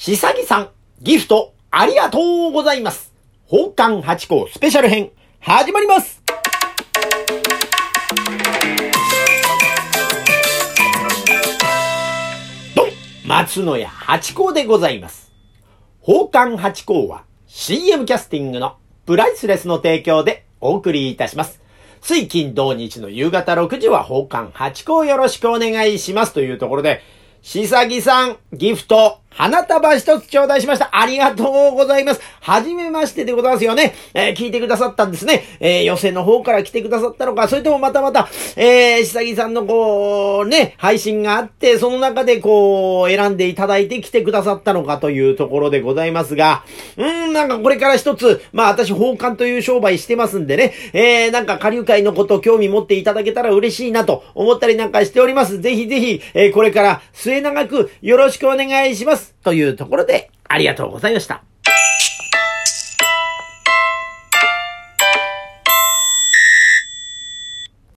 しさぎさん、ギフトありがとうございます。宝冠八甲スペシャル編、始まります。松野屋八甲でございます。宝冠八甲は CM キャスティングのプライスレスの提供でお送りいたします。水金土日の夕方6時は宝冠八甲よろしくお願いしますというところで、しさぎさん、ギフト、花束一つ頂戴しました。ありがとうございます。はじめましてでございますよね。聞いてくださったんですね。寄席の方から来てくださったのか、それともまた、しさぎさんの配信があって、その中で選んでいただいて来てくださったのかというところでございますが、なんかこれから一つ、私、宝冠という商売してますんでね、なんか下流会のこと興味持っていただけたら嬉しいなと思ったりなんかしております。ぜひぜひ、これから末永くよろしくお願いします。というところで、ありがとうございました。